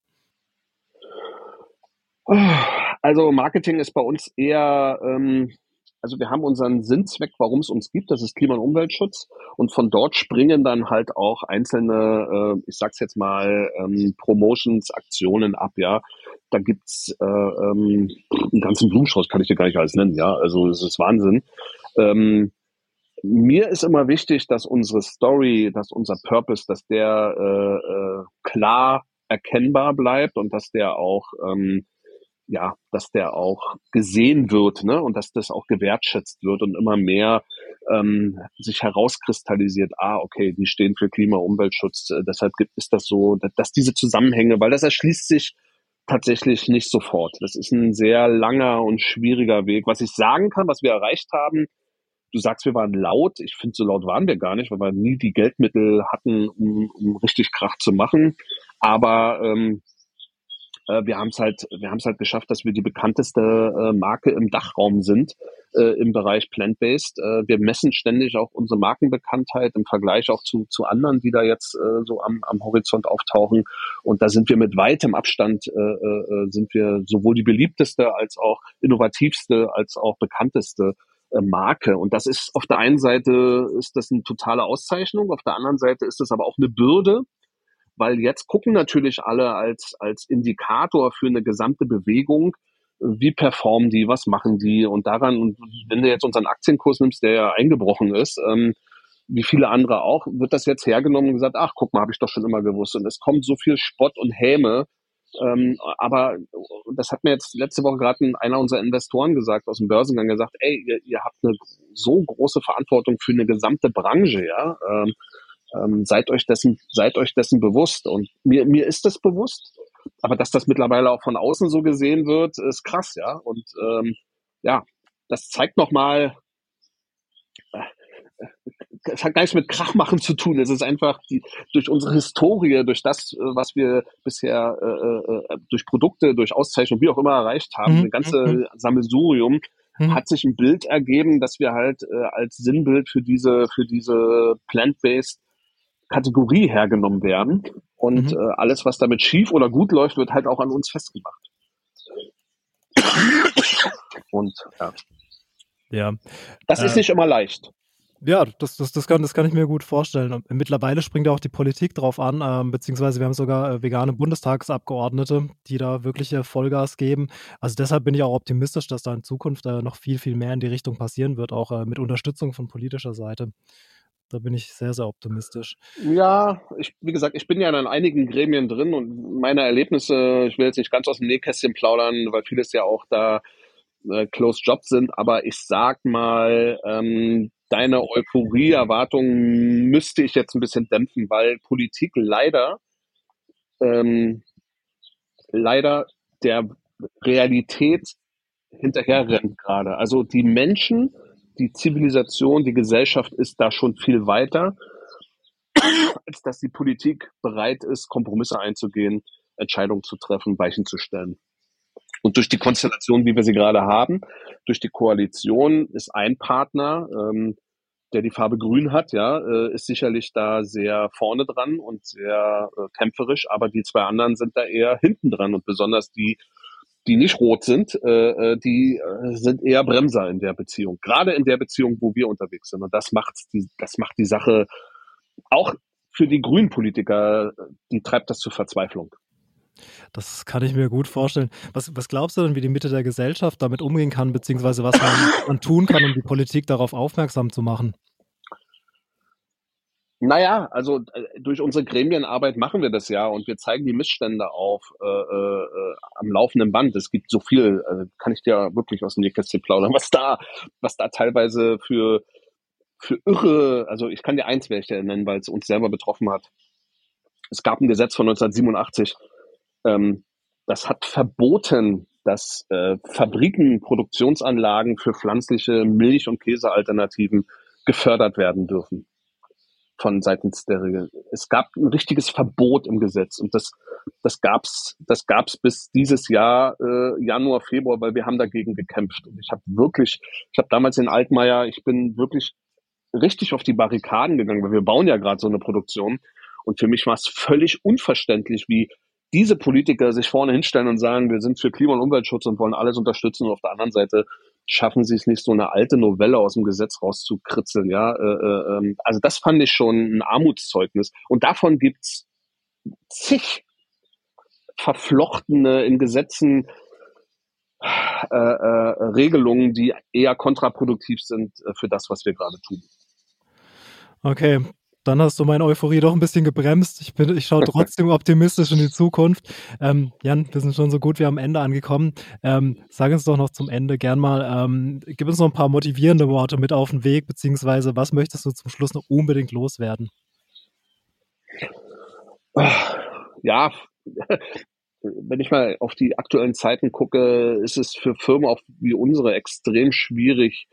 S2: Also Marketing ist bei uns eher, also wir haben unseren Sinnzweck, warum es uns gibt, das ist Klima- und Umweltschutz. Und von dort springen dann halt auch einzelne, ich sag's jetzt mal, Promotions, Aktionen ab, ja. Da gibt's einen ganzen Blumenstrauß, kann ich dir gar nicht alles nennen, ja. Also es ist Wahnsinn. Ähm, Mir ist immer wichtig, dass unsere Story, dass unser Purpose, dass der klar erkennbar bleibt und dass der auch ja, dass der auch gesehen wird, ne, und dass das auch gewertschätzt wird und immer mehr sich herauskristallisiert, okay, die stehen für Klima- und Umweltschutz, ist das so, dass diese Zusammenhänge, weil das erschließt sich tatsächlich nicht sofort. Das ist ein sehr langer und schwieriger Weg. Was ich sagen kann, was wir erreicht haben, du sagst, wir waren laut. Ich finde, so laut waren wir gar nicht, weil wir nie die Geldmittel hatten, um richtig Krach zu machen. Aber wir haben es halt geschafft, dass wir die bekannteste Marke im Dachraum sind im Bereich Plant-Based. Wir messen ständig auch unsere Markenbekanntheit im Vergleich auch zu anderen, die da jetzt so am Horizont auftauchen. Und da sind wir mit weitem Abstand, sind wir sowohl die beliebteste als auch innovativste als auch bekannteste Marke. Und das ist auf der einen Seite ist das eine totale Auszeichnung, auf der anderen Seite ist es aber auch eine Bürde, weil jetzt gucken natürlich alle als Indikator für eine gesamte Bewegung, wie performen die, was machen die und daran, und wenn du jetzt unseren Aktienkurs nimmst, der ja eingebrochen ist, wie viele andere auch, wird das jetzt hergenommen und gesagt, ach, guck mal, habe ich doch schon immer gewusst. Und es kommt so viel Spott und Häme, aber das hat mir jetzt letzte Woche gerade einer unserer Investoren gesagt, aus dem Börsengang gesagt, ey, ihr habt eine so große Verantwortung für eine gesamte Branche, ja, seid euch dessen bewusst. Und mir ist das bewusst, aber dass das mittlerweile auch von außen so gesehen wird, ist krass, ja. Und ja, das zeigt nochmal, es hat gar nichts mit Krachmachen zu tun. Es ist einfach durch unsere Historie, durch das, was wir bisher durch Produkte, durch Auszeichnung, wie auch immer erreicht haben, eine ganze Sammelsurium, hat sich ein Bild ergeben, dass wir halt als Sinnbild für diese Plant-Based Kategorie hergenommen werden. Und alles, was damit schief oder gut läuft, wird halt auch an uns festgemacht. Und
S1: Ja.
S2: Das ist nicht immer leicht.
S1: Ja, das kann ich mir gut vorstellen. Und mittlerweile springt ja auch die Politik drauf an, beziehungsweise wir haben sogar vegane Bundestagsabgeordnete, die da wirklich Vollgas geben. Also deshalb bin ich auch optimistisch, dass da in Zukunft noch viel, viel mehr in die Richtung passieren wird, auch mit Unterstützung von politischer Seite. Da bin ich sehr, sehr optimistisch.
S2: Ja, wie gesagt, ich bin ja in einigen Gremien drin und meine Erlebnisse, ich will jetzt nicht ganz aus dem Nähkästchen plaudern, weil vieles ja auch da closed Job sind. Aber ich sag mal, deine Euphorie-Erwartungen müsste ich jetzt ein bisschen dämpfen, weil Politik leider der Realität hinterherrennt gerade. Also die Menschen, die Zivilisation, die Gesellschaft ist da schon viel weiter, als dass die Politik bereit ist, Kompromisse einzugehen, Entscheidungen zu treffen, Weichen zu stellen. Und durch die Konstellation, wie wir sie gerade haben, durch die Koalition ist ein Partner, der die Farbe Grün hat, ist sicherlich da sehr vorne dran und sehr kämpferisch, aber die zwei anderen sind da eher hinten dran und besonders die nicht rot sind, die sind eher Bremser in der Beziehung. Gerade in der Beziehung, wo wir unterwegs sind. Und das macht die Sache auch für die grünen Politiker, die treibt das zur Verzweiflung.
S1: Das kann ich mir gut vorstellen. Was glaubst du denn, wie die Mitte der Gesellschaft damit umgehen kann, beziehungsweise was man tun kann, um die Politik darauf aufmerksam zu machen?
S2: Naja, also durch unsere Gremienarbeit machen wir das ja und wir zeigen die Missstände auf am laufenden Band. Es gibt so viel, kann ich dir wirklich aus dem Nähkästchen plaudern, was da teilweise für irre, also ich kann dir eins nennen, weil es uns selber betroffen hat. Es gab ein Gesetz von 1987, das hat verboten, dass Fabriken, Produktionsanlagen für pflanzliche Milch- und Käsealternativen gefördert werden dürfen von seitens der Regel. Es gab ein richtiges Verbot im Gesetz und das gab's bis dieses Jahr Januar, Februar, weil wir haben dagegen gekämpft. Und ich habe damals in Altmaier, ich bin wirklich richtig auf die Barrikaden gegangen, weil wir bauen ja gerade so eine Produktion und für mich war es völlig unverständlich, wie diese Politiker sich vorne hinstellen und sagen, wir sind für Klima- und Umweltschutz und wollen alles unterstützen und auf der anderen Seite schaffen sie es nicht, so eine alte Novelle aus dem Gesetz rauszukritzeln. Also das fand ich schon ein Armutszeugnis. Und davon gibt's zig verflochtene in Gesetzen Regelungen, die eher kontraproduktiv sind für das, was wir gerade tun.
S1: Okay, dann hast du meine Euphorie doch ein bisschen gebremst. Ich schaue trotzdem optimistisch in die Zukunft. Jan, wir sind schon so gut wie am Ende angekommen. Sag uns doch noch zum Ende gern mal, gib uns noch ein paar motivierende Worte mit auf den Weg, beziehungsweise was möchtest du zum Schluss noch unbedingt loswerden?
S2: Ja, wenn ich mal auf die aktuellen Zeiten gucke, ist es für Firmen auch wie unsere extrem schwierig.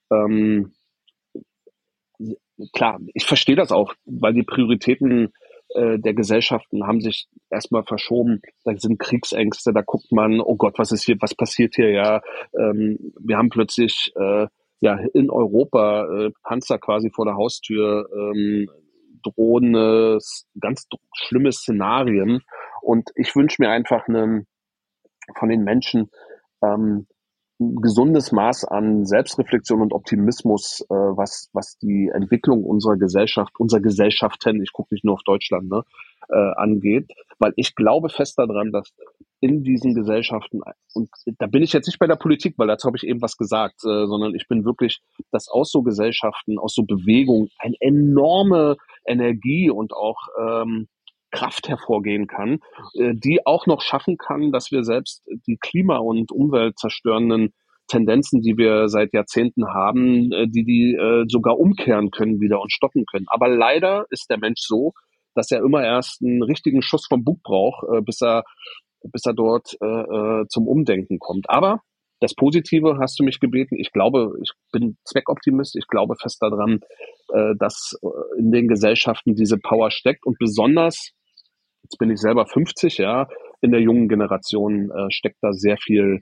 S2: Klar, ich verstehe das auch, weil die Prioritäten der Gesellschaften haben sich erstmal verschoben. Da sind Kriegsängste, da guckt man, oh Gott, was passiert hier? Ja, wir haben plötzlich in Europa Panzer quasi vor der Haustür, drohende, ganz schlimme Szenarien. Und ich wünsche mir einfach von den Menschen ein gesundes Maß an Selbstreflexion und Optimismus, was die Entwicklung unserer Gesellschaften, ich gucke nicht nur auf Deutschland, angeht. Weil ich glaube fest daran, dass in diesen Gesellschaften, und da bin ich jetzt nicht bei der Politik, weil dazu habe ich eben was gesagt, sondern ich bin wirklich, dass aus so Gesellschaften, aus so Bewegungen eine enorme Energie und auch Kraft hervorgehen kann, die auch noch schaffen kann, dass wir selbst die klima- und umweltzerstörenden Tendenzen, die wir seit Jahrzehnten haben, die sogar umkehren können wieder und stoppen können. Aber leider ist der Mensch so, dass er immer erst einen richtigen Schuss vom Bug braucht, bis er dort zum Umdenken kommt. Aber das Positive hast du mich gebeten. Ich glaube, ich bin Zweckoptimist. Ich glaube fest daran, dass in den Gesellschaften diese Power steckt und besonders, jetzt bin ich selber 50, in der jungen Generation steckt da sehr viel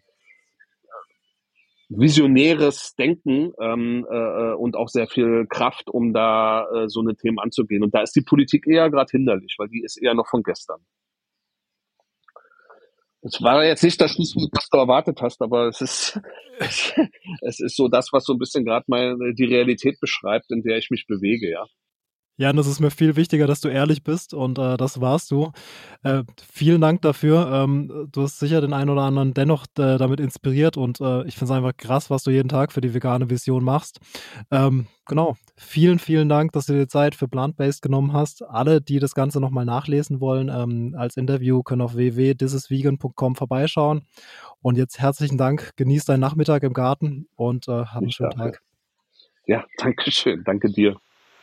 S2: visionäres Denken und auch sehr viel Kraft, um da so eine Themen anzugehen. Und da ist die Politik eher gerade hinderlich, weil die ist eher noch von gestern. Das war jetzt nicht das Schlusswort, was du erwartet hast, aber es ist so das, was so ein bisschen gerade mal die Realität beschreibt, in der ich mich bewege, ja.
S1: Jan, es ist mir viel wichtiger, dass du ehrlich bist und das warst du. Vielen Dank dafür. Du hast sicher den einen oder anderen dennoch damit inspiriert und ich finde es einfach krass, was du jeden Tag für die vegane Vision machst. Genau. Vielen, vielen Dank, dass du dir Zeit für Plant-Based genommen hast. Alle, die das Ganze nochmal nachlesen wollen, als Interview, können auf www.thisisvegan.com vorbeischauen. Und jetzt herzlichen Dank. Genieß deinen Nachmittag im Garten und hab einen schönen Tag.
S2: Ja, danke schön. Danke dir.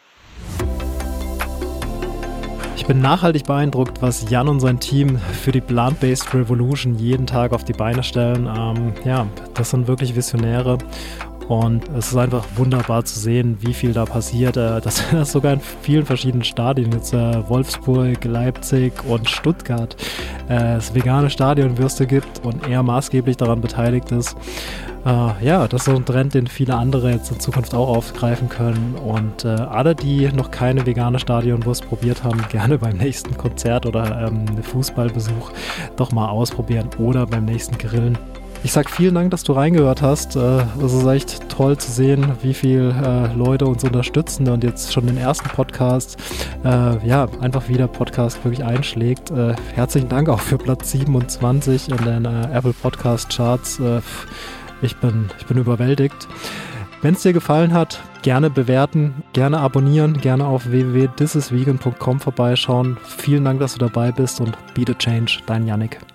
S1: Ich bin nachhaltig beeindruckt, was Jan und sein Team für die Plant-Based Revolution jeden Tag auf die Beine stellen. Das sind wirklich Visionäre. Und es ist einfach wunderbar zu sehen, wie viel da passiert. Dass sogar in vielen verschiedenen Stadien, jetzt Wolfsburg, Leipzig und Stuttgart, es vegane Stadionwürste gibt und er maßgeblich daran beteiligt ist. Das ist so ein Trend, den viele andere jetzt in Zukunft auch aufgreifen können. Und alle, die noch keine vegane Stadionwurst probiert haben, gerne beim nächsten Konzert oder Fußballbesuch doch mal ausprobieren oder beim nächsten Grillen. Ich sag vielen Dank, dass du reingehört hast. Es ist echt toll zu sehen, wie viele Leute uns unterstützen und jetzt schon den ersten Podcast, einfach wie der Podcast wirklich einschlägt. Herzlichen Dank auch für Platz 27 in den Apple Podcast Charts. Ich bin überwältigt. Wenn es dir gefallen hat, gerne bewerten, gerne abonnieren, gerne auf www.thisisvegan.com vorbeischauen. Vielen Dank, dass du dabei bist und be the change, dein Yannick.